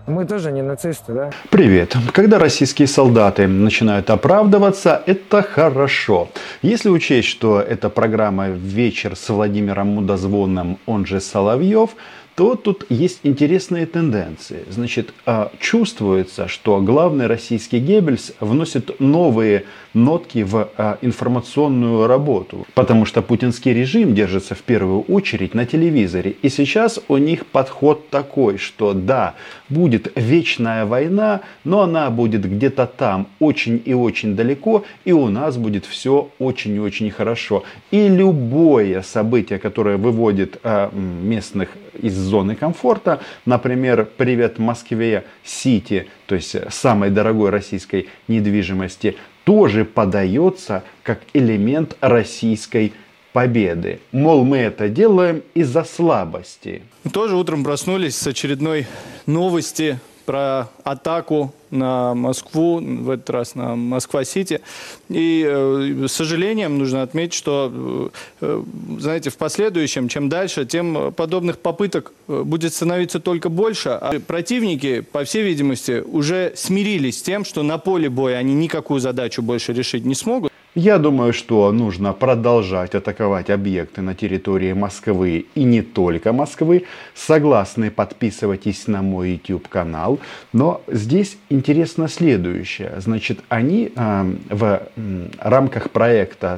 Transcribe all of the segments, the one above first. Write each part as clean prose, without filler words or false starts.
Мы тоже не нацисты, да? Привет. Когда российские солдаты начинают оправдываться, это хорошо. Если учесть, что это программа «Вечер с Владимиром Мудозвоном», он же Соловьев, то тут есть интересные тенденции. Значит, чувствуется, что главный российский Геббельс вносит новые нотки в информационную работу. Потому что путинский режим держится в первую очередь на телевизоре. И сейчас у них подход такой, что да, будет вечная война, но она будет где-то там очень и очень далеко, и у нас будет все очень и очень хорошо. И любое событие, которое выводит местных из зоны комфорта, например, привет Москве Сити, то есть самой дорогой российской недвижимости, тоже подается как элемент российской победы. Мол, мы это делаем из-за слабости. Мы тоже утром проснулись с очередной новости про атаку на Москву, в этот раз на Москва-Сити. И с сожалением нужно отметить, что, знаете, в последующем, чем дальше, тем подобных попыток будет становиться только больше. А противники, по всей видимости, уже смирились с тем, что на поле боя они никакую задачу больше решить не смогут. Я думаю, что нужно продолжать атаковать объекты на территории Москвы и не только Москвы. Согласны, подписывайтесь на мой YouTube канал. Но здесь интересно следующее. Значит, они в рамках проекта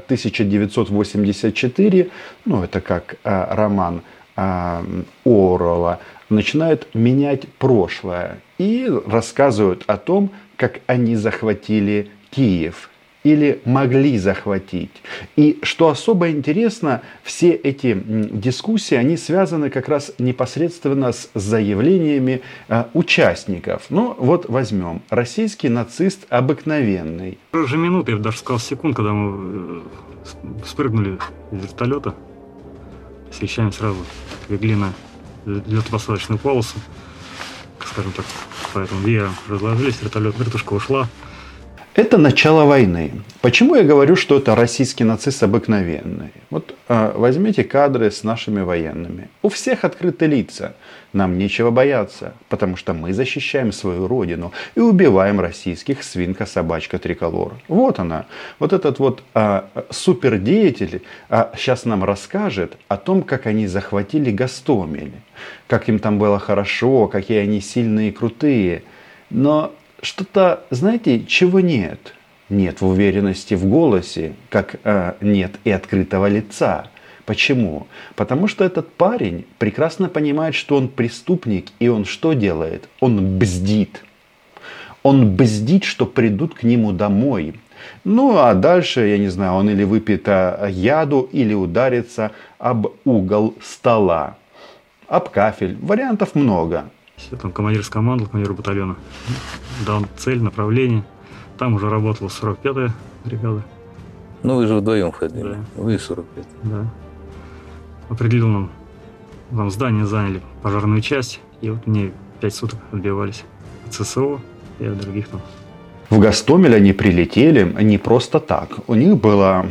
1984, ну это как роман Оруэлла, начинают менять прошлое и рассказывают о том, как они захватили Киев. Или могли захватить. И что особо интересно, все эти дискуссии, они связаны как раз непосредственно с заявлениями участников. Ну, вот возьмем. Российский нацист обыкновенный. Уже минуты, я бы даже сказал секунд, когда мы спрыгнули из вертолета, с вещами сразу легли на взлетно-посадочную полосу, скажем так, поэтому веером разложились, вертушка ушла. Это начало войны. Почему я говорю, что это российский нацист обыкновенный? Вот возьмите кадры с нашими военными. У всех открыты лица. Нам нечего бояться, потому что мы защищаем свою родину и убиваем российских свинка, триколор. Вот она. Вот этот вот супердеятель сейчас нам расскажет о том, как они захватили Гостомель. Как им там было хорошо, какие они сильные и крутые. Но что-то, знаете, чего нет? Нет в уверенности в голосе, как нет и открытого лица. Почему? Потому что этот парень прекрасно понимает, что он преступник, и он что делает? Он бздит. Он бздит, что придут к нему домой. Ну, а дальше, я не знаю, он или выпьет яду, или ударится об угол стола. Об кафель. Вариантов много. Там командир скомандовал, командир батальона дал цель, направление. Там уже работала 45-я бригада. Ну вы же вдвоем ходили. Да. Вы 45. Да. Определил нам здание заняли, пожарную часть. И вот мне 5 суток отбивались от ССО и от других там. В Гостомель они прилетели не просто так. У них была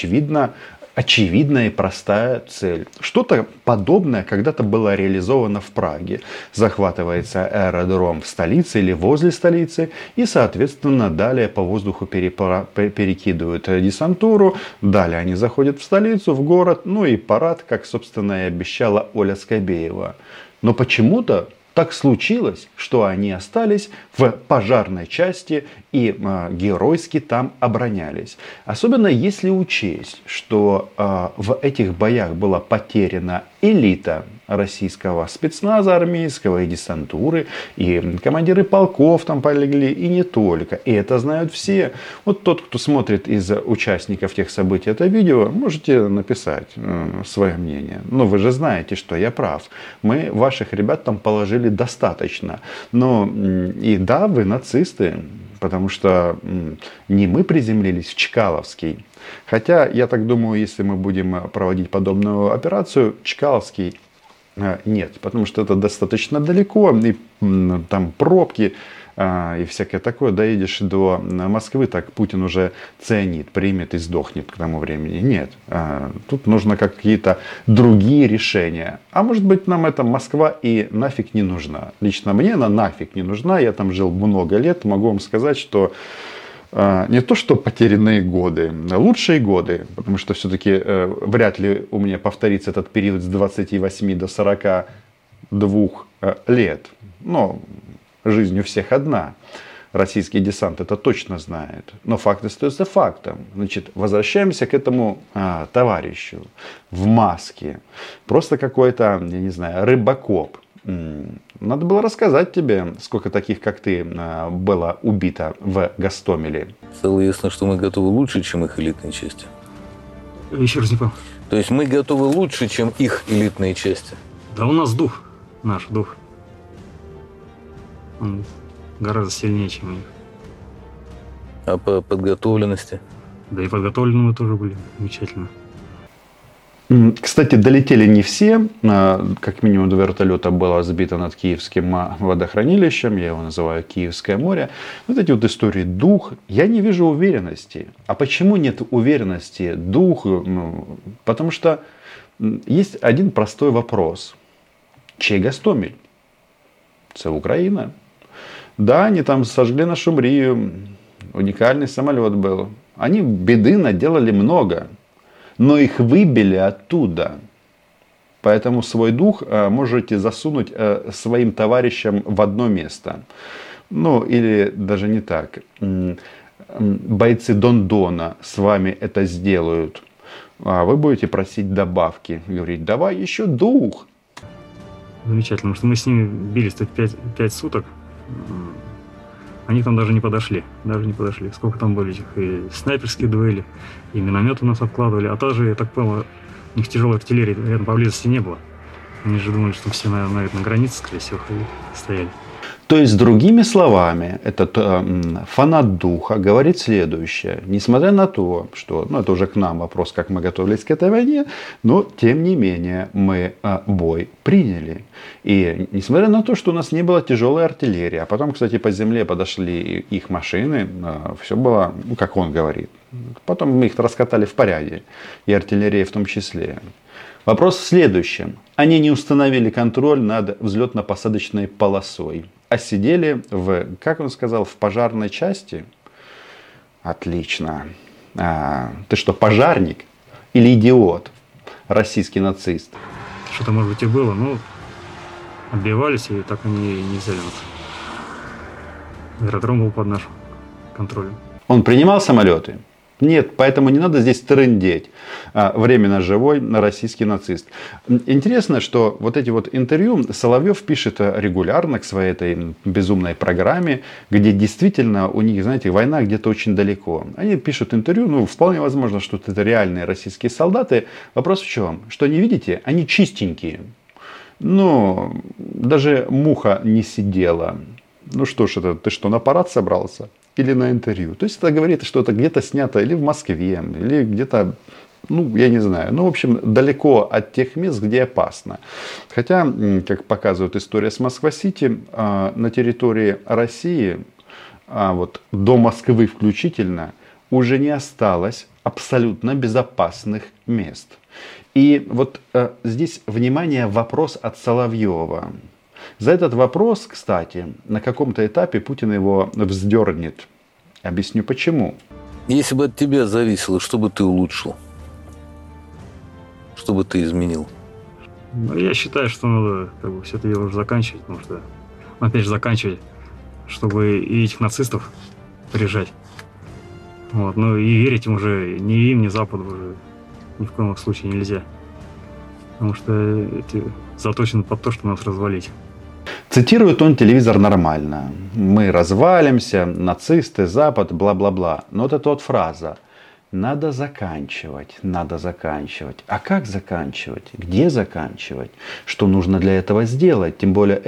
очевидная и простая цель. Что-то подобное когда-то было реализовано в Праге. Захватывается аэродром в столице или возле столицы. И, соответственно, далее по воздуху перекидывают десантуру. Далее они заходят в столицу, в город. Ну и парад, как, собственно, и обещала Оля Скобеева. Но почему-то так случилось, что они остались в пожарной части и геройски там оборонялись. Особенно если учесть, что в этих боях была потеряна элита российского спецназа армейского и десантуры, и командиры полков там полегли, и не только. И это знают все. Вот тот, кто смотрит из участников тех событий это видео, можете написать свое мнение. Но вы же знаете, что я прав. Мы ваших ребят там положили достаточно. Но и да, вы нацисты, потому что не мы приземлились в Чкаловский. Хотя, я так думаю, если мы будем проводить подобную операцию, Чкаловский Нет, потому что это достаточно далеко, и там пробки и всякое такое. Доедешь до Москвы, так Путин уже цианид примет и сдохнет к тому времени. Нет, тут нужно какие-то другие решения. А может быть, нам эта Москва и нафиг не нужна. Лично мне она нафиг не нужна. Я там жил много лет. Могу вам сказать, что не то, что потерянные годы, а лучшие годы. Потому что все-таки вряд ли у меня повторится этот период с 28 до 42 лет. Но жизнь у всех одна. Российский десант это точно знает. Но факт остается фактом. Значит, возвращаемся к этому товарищу в маске. Просто какой-то, я не знаю, рыбакоп. Надо было рассказать тебе, сколько таких, как ты, было убито в Гостомеле. Стало ясно, что мы готовы лучше, чем их элитные части. Еще раз не понял. То есть мы готовы лучше, чем их элитные части. Да у нас дух, наш дух. Он гораздо сильнее, чем у них. А по подготовленности? Да и подготовлены мы тоже были замечательно. Кстати, долетели не все. Как минимум 2 вертолета было сбито над Киевским водохранилищем. Я его называю Киевское море. Вот эти вот истории дух. Я не вижу уверенности. А почему нет уверенности? Дух. Потому что есть один простой вопрос. Чей Гостомель? Это Украина. Да, они там сожгли нашу Мрию. Уникальный самолет был. Они беды наделали много. Но их выбили оттуда. Поэтому свой дух можете засунуть своим товарищам в одно место. Ну, или даже не так. Бойцы Дондона с вами это сделают. А вы будете просить добавки. Говорить, давай еще дух. Замечательно, потому что мы с ними бились тут 5 суток. Они там даже не подошли. Сколько там были этих и снайперские дуэли, и минометы нас обкладывали. А также, я так понял, у них тяжелой артиллерии рядом поблизости не было. Они же думали, что все на границе, скорее всего, стояли. То есть, другими словами, этот фанат духа говорит следующее. Несмотря на то, что, это уже к нам вопрос, как мы готовились к этой войне, но тем не менее мы бой приняли. И несмотря на то, что у нас не было тяжелой артиллерии, а потом, кстати, по земле подошли их машины, все было, как он говорит. Потом мы их раскатали в порядке, и артиллерия в том числе. Вопрос в следующем. Они не установили контроль над взлетно-посадочной полосой, а сидели как он сказал, в пожарной части. Отлично. Ты что, пожарник или идиот? Российский нацист. Что-то, может быть, и было, но отбивались, и так они не взяли нас. Аэродром был под нашим контролем. Он принимал самолеты? Нет, поэтому не надо здесь трындеть. Временно живой российский нацист. Интересно, что вот эти вот интервью Соловьев пишет регулярно к своей этой безумной программе, где действительно у них, знаете, война где-то очень далеко. Они пишут интервью, вполне возможно, что это реальные российские солдаты. Вопрос в чем? Что не видите? Они чистенькие. Даже муха не сидела. Что ж это, ты что, на парад собрался? Или на интервью. То есть это говорит, что это где-то снято или в Москве, или где-то, я не знаю. В общем, далеко от тех мест, где опасно. Хотя, как показывает история с Москва-Сити, на территории России, до Москвы включительно, уже не осталось абсолютно безопасных мест. И здесь, внимание, вопрос от Соловьева. За этот вопрос, кстати, на каком-то этапе Путин его вздернет. Объясню почему. Если бы от тебя зависело, что бы ты улучшил? Что бы ты изменил? Я считаю, что надо все это дело уже заканчивать, потому что, опять же, заканчивать, чтобы и этих нацистов прижать. И верить им уже ни им, ни Западу уже ни в коем случае нельзя. Потому что эти заточены под то, чтобы нас развалить. Цитирует он телевизор нормально. Мы развалимся, нацисты, Запад, бла-бла-бла. Но вот эта фраза. Надо заканчивать, надо заканчивать. А как заканчивать? Где заканчивать? Что нужно для этого сделать? Тем более,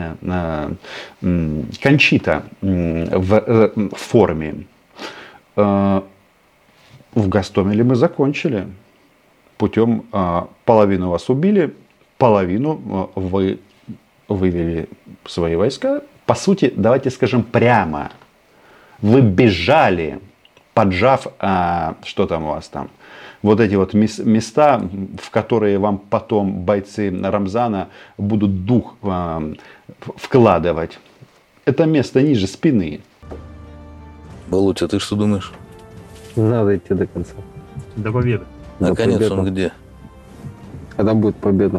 Кончита в форме. В Гостомеле мы закончили. Половину вас убили, половину вы вывели свои войска. По сути, давайте скажем прямо, вы бежали, поджав, что там у вас там, вот эти вот места, в которые вам потом бойцы Рамзана будут дух вкладывать. Это место ниже спины. Володя, ты что думаешь? Надо идти до конца. До победы. Наконец победа. он где? Когда будет победа?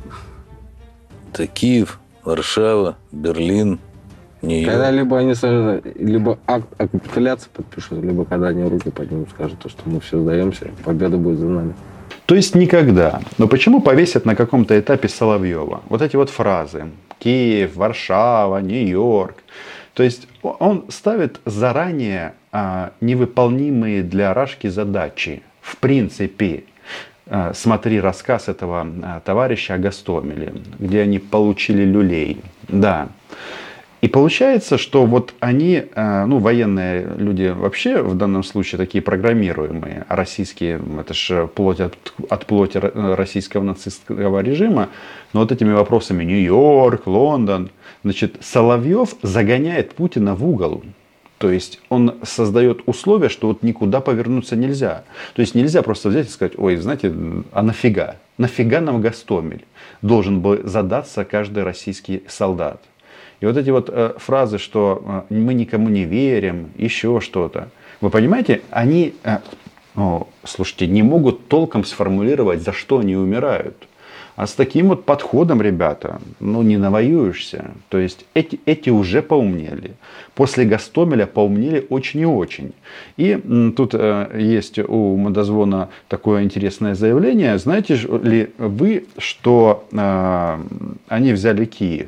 Это Киев, Варшава, Берлин, Нью-Йорк. Когда либо они либо акт о капитуляции подпишут, либо когда они руки поднимут, скажут, что мы все сдаемся, победа будет за нами. То есть никогда. Но почему повесят на каком-то этапе Соловьева? Вот эти вот фразы. Киев, Варшава, Нью-Йорк. То есть он ставит заранее невыполнимые для Рашки задачи. В принципе, смотри рассказ этого товарища о Гостомеле, где они получили люлей. Да. И получается, что вот они, военные люди вообще в данном случае такие программируемые, а российские, это же плоть от плоти российского нацистского режима, но вот этими вопросами Нью-Йорк, Лондон, значит, Соловьев загоняет Путина в угол. То есть он создает условия, что вот никуда повернуться нельзя. То есть нельзя просто взять и сказать, ой, знаете, а нафига? Нафига нам Гостомель? Должен был задаться каждый российский солдат. И вот эти вот фразы, что мы никому не верим, еще что-то. Вы понимаете, они, слушайте, не могут толком сформулировать, за что они умирают. А с таким вот подходом, ребята, не навоюешься. То есть эти уже поумнели. После Гостомеля поумнели очень и очень. И тут есть у Мудозвона такое интересное заявление. Знаете ли вы, что они взяли Киев?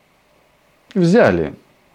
Взяли.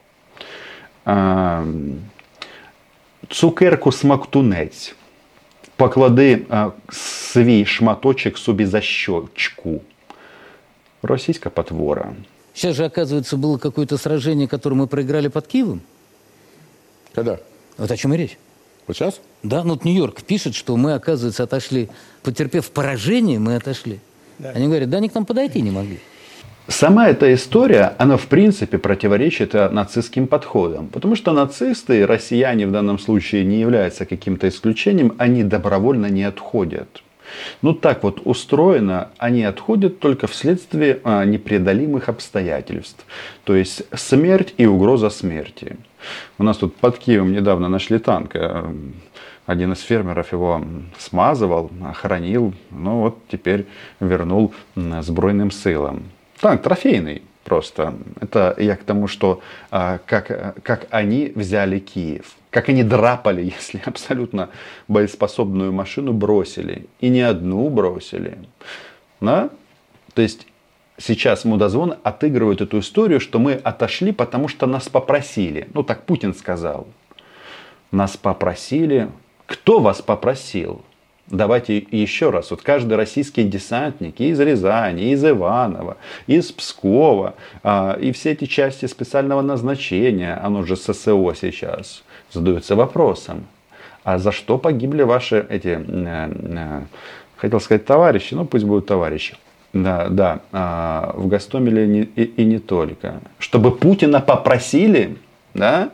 Цукерку смактунець. Поклади свій шматочек собі за щечку. Российская потвора. Сейчас же, оказывается, было какое-то сражение, которое мы проиграли под Киевом. Когда? Вот о чем и речь. Вот сейчас? Да, Нью-Йорк пишет, что мы, оказывается, отошли, потерпев поражение, мы отошли. Да. Они говорят, да они к нам подойти не могли. Сама эта история, она в принципе противоречит нацистским подходам. Потому что нацисты, россияне в данном случае не являются каким-то исключением, они добровольно не отходят. Так вот устроено, они отходят только вследствие непреодолимых обстоятельств. То есть смерть и угроза смерти. У нас тут под Киевом недавно нашли танк. Один из фермеров его смазывал, хранил, теперь вернул Збройным силам. Танк трофейный просто. Это я к тому, что как они взяли Киев. Как они драпали, если абсолютно боеспособную машину бросили. И не одну бросили. Да? То есть сейчас Мудозвон отыгрывает эту историю, что мы отошли, потому что нас попросили. Так Путин сказал. Нас попросили. Кто вас попросил? Давайте еще раз. Вот каждый российский десантник из Рязани, из Иваново, из Пскова, и все эти части специального назначения, оно же ССО сейчас, задаются вопросом. А за что погибли ваши хотел сказать товарищи, пусть будут товарищи. Да, в Гостомеле и не только. Чтобы Путина попросили, да?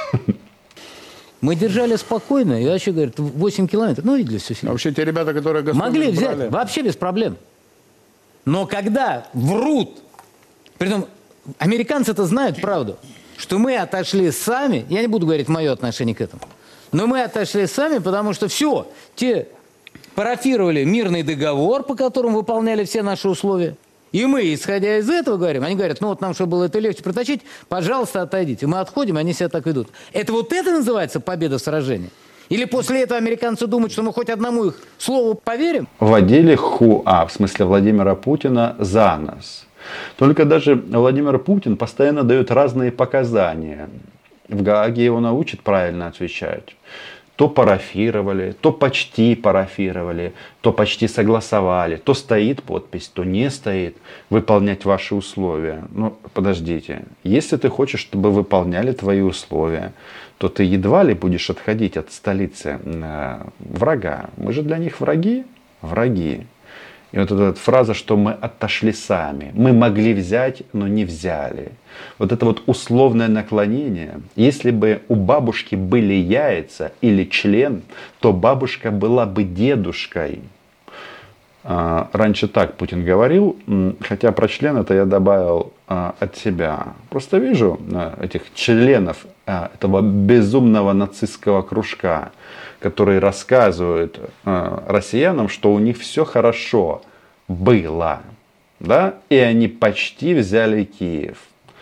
Мы держали спокойно, и вообще, говорят, 8 километров, видели все сильно. Вообще те ребята, которые Гостомель могли взять, брали... вообще без проблем. Но когда врут, притом американцы-то знают правду, что мы отошли сами, я не буду говорить мое отношение к этому, но мы отошли сами, потому что все, те парафировали мирный договор, по которому выполняли все наши условия. И мы, исходя из этого, говорим, они говорят, нам, чтобы было это легче протащить, пожалуйста, отойдите. Мы отходим, они себя так ведут. Это называется победа в сражении? Или после этого американцы думают, что мы хоть одному их слову поверим? Водили в смысле Владимира Путина, за нос. Только даже Владимир Путин постоянно дает разные показания. В Гааге его научат правильно отвечать. То парафировали, то почти парафировали, то почти согласовали, то стоит подпись, то не стоит, выполнять ваши условия. Подождите, если ты хочешь, чтобы выполняли твои условия, то ты едва ли будешь отходить от столицы врага. Мы же для них враги. Враги. И вот эта вот фраза, что мы отошли сами. Мы могли взять, но не взяли. Вот это вот условное наклонение. Если бы у бабушки были яйца или член, то бабушка была бы дедушкой. Раньше так Путин говорил, хотя про член это я добавил от себя. Просто вижу этих членов этого безумного нацистского кружка, которые рассказывают россиянам, что у них все хорошо было. Да? И они почти взяли Киев.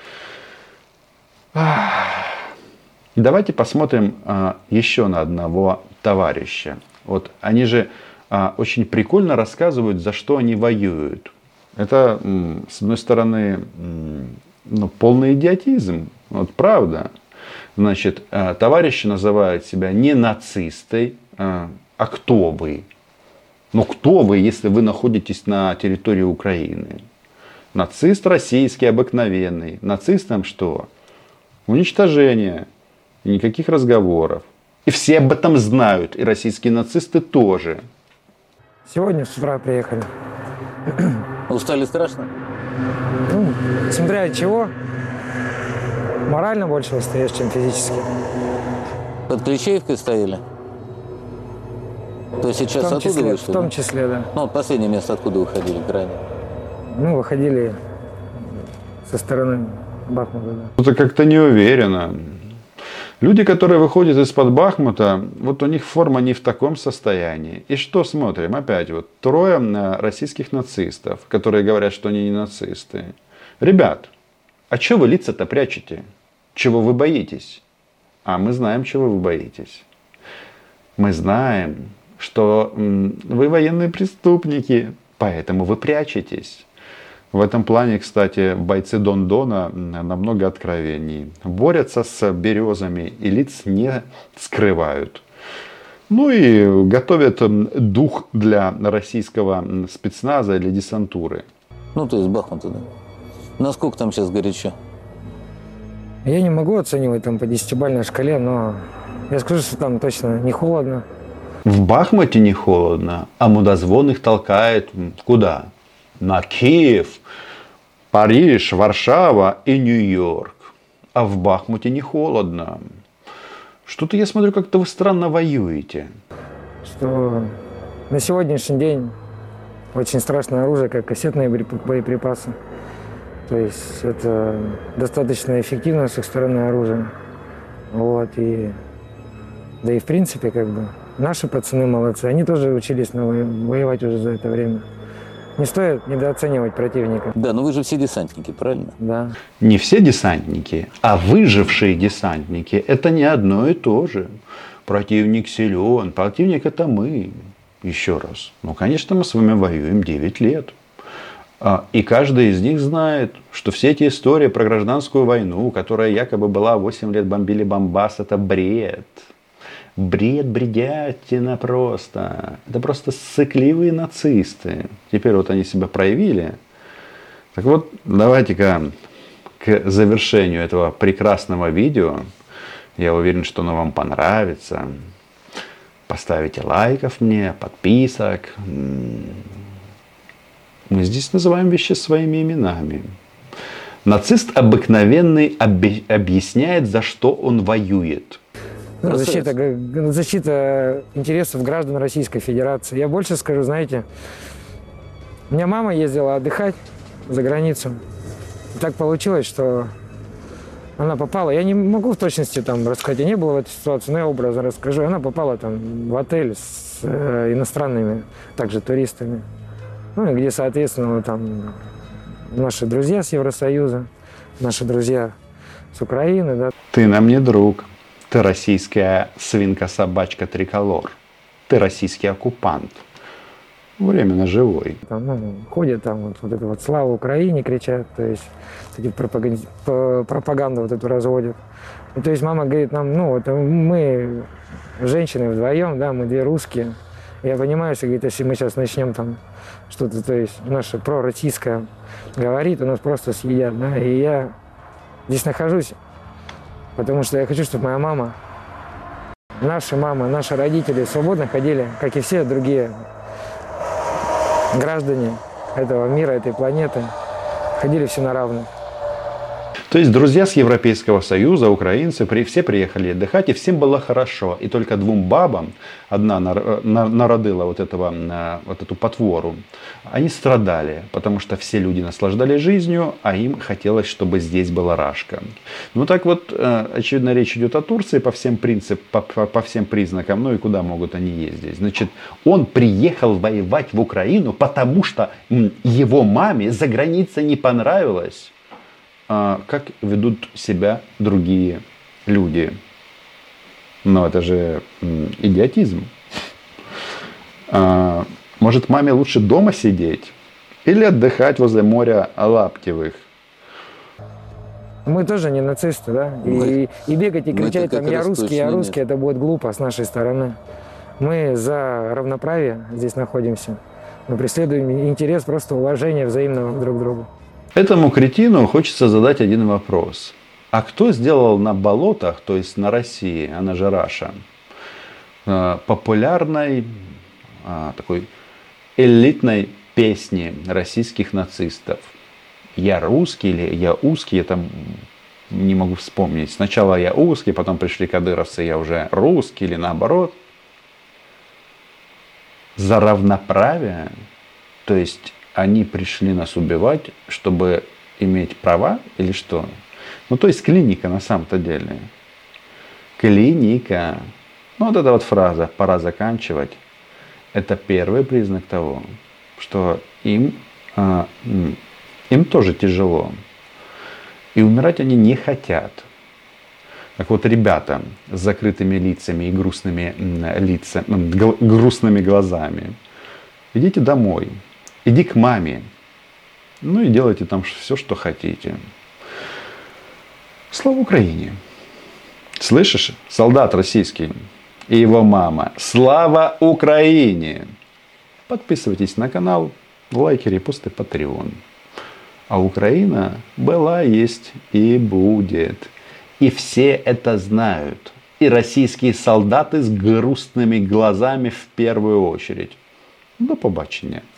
Давайте посмотрим еще на одного товарища. Вот они же очень прикольно рассказывают, за что они воюют. Это, с одной стороны, полный идиотизм. Вот правда. Значит, товарищи называют себя не нацистой. А кто вы? Ну, кто вы, если вы находитесь на территории Украины? Нацист российский, обыкновенный. Нацистам что? Уничтожение. И никаких разговоров. И все об этом знают. И российские нацисты тоже. Сегодня с утра приехали. Устали страшно? Ну, смотря от чего. Морально больше устаешь, чем физически. Под Клещеевкой стояли? То есть сейчас оттуда вышли? В том числе, да. Ну, последнее место откуда выходили крайне? Ну, выходили со стороны Бахмута, да. Это как-то не уверенно. Люди, которые выходят из-под Бахмута, вот у них форма не в таком состоянии. И что смотрим? Опять вот трое российских нацистов, которые говорят, что они не нацисты. Ребят, а чего вы лица-то прячете? Чего вы боитесь? А мы знаем, чего вы боитесь. Мы знаем, что вы военные преступники, поэтому вы прячетесь. В этом плане, кстати, бойцы Дон-Дона намного откровенней. Борются с березами и лиц не скрывают. Ну и готовят дух для российского спецназа или десантуры. Ну, то есть Бахмута, да. Насколько там сейчас горячо? Я не могу оценивать там по 10-бальной шкале, но я скажу, что там точно не холодно. В Бахмуте не холодно, а мудозвон их толкает куда? На Киев, Париж, Варшава и Нью-Йорк. А в Бахмуте не холодно. Что-то я смотрю, как-то вы странно воюете. Что на сегодняшний день очень страшное оружие, как кассетные боеприпасы. То есть это достаточно эффективное с их стороны оружие. Вот, да и в принципе, как бы, наши пацаны молодцы. Они тоже учились воевать уже за это время. Не стоит недооценивать противника. Да, но вы же все десантники, правильно? Да. Не все десантники, а выжившие десантники. Это не одно и то же. Противник силен. Противник это мы. Еще раз. Ну, конечно, мы с вами воюем 9 лет. И каждый из них знает, что все эти истории про гражданскую войну, которая якобы была 8 лет бомбили Бомбас, это бред. Бред, бредятина просто. Это просто ссыкливые нацисты. Теперь вот они себя проявили. Так вот, давайте-ка к завершению этого прекрасного видео. Я уверен, что оно вам понравится. Поставите лайков мне, подписок. Мы здесь называем вещи своими именами. Нацист обыкновенный объясняет, за что он воюет. Защита интересов граждан Российской Федерации. Я больше скажу, знаете, у меня мама ездила отдыхать за границу. И так получилось, что она попала, я не могу в точности там рассказать, я не был в этой ситуации, но я образно расскажу. Она попала там в отель с иностранными, также туристами. Ну и где, соответственно, там наши друзья с Евросоюза, наши друзья с Украины. Да. Ты нам не друг. Ты российская свинка-собачка триколор. Ты российский оккупант. Временно живой. Там, ходят там вот это вот «Слава Украине» кричат, то есть пропаганду вот эту разводят. И, то есть мама говорит нам, ну вот мы женщины вдвоем, да, мы две русские. Я понимаю, что, говорит, если мы сейчас начнем там что-то, то есть наше пророссийское говорит, у нас просто съедят, да, и я здесь нахожусь, потому что я хочу, чтобы моя мама, наши родители свободно ходили, как и все другие граждане этого мира, этой планеты, ходили все на равных. То есть друзья с Европейского Союза, украинцы, все приехали отдыхать, и всем было хорошо. И только двум бабам, одна народила вот эту потвору, они страдали, потому что все люди наслаждались жизнью, а им хотелось, чтобы здесь была рашка. Ну так вот, очевидно, речь идет о Турции по всем признакам, ну и куда могут они ездить. Значит, он приехал воевать в Украину, потому что его маме за границей не понравилось, как ведут себя другие люди. Но это же идиотизм. Может, маме лучше дома сидеть или отдыхать возле моря Лаптевых? Мы тоже не нацисты, да? И бегать и мы-то кричать как там «я раз русский, я точно русский», это будет глупо с нашей стороны. Мы за равноправие здесь находимся. Мы преследуем интерес просто уважения взаимного друг к другу. Этому кретину хочется задать один вопрос. А кто сделал на болотах, то есть на России, она же Раша, популярной такой элитной песни российских нацистов? Я русский или я узкий, я там не могу вспомнить. Сначала я узкий, потом пришли кадыровцы, я уже русский или наоборот. За равноправие, то есть они пришли нас убивать, чтобы иметь права или что? Ну, то есть клиника на самом-то деле. Клиника. Ну, вот эта вот фраза «пора заканчивать» – это первый признак того, что им тоже тяжело. И умирать они не хотят. Так вот, ребята с закрытыми лицами и грустными глазами, идите домой. Иди к маме. Ну и делайте там все, что хотите. Слава Украине. Слышишь, солдат российский и его мама. Слава Украине. Подписывайтесь на канал, лайки, репосты, Patreon. А Украина была, есть и будет. И все это знают. И российские солдаты с грустными глазами в первую очередь. До побачення.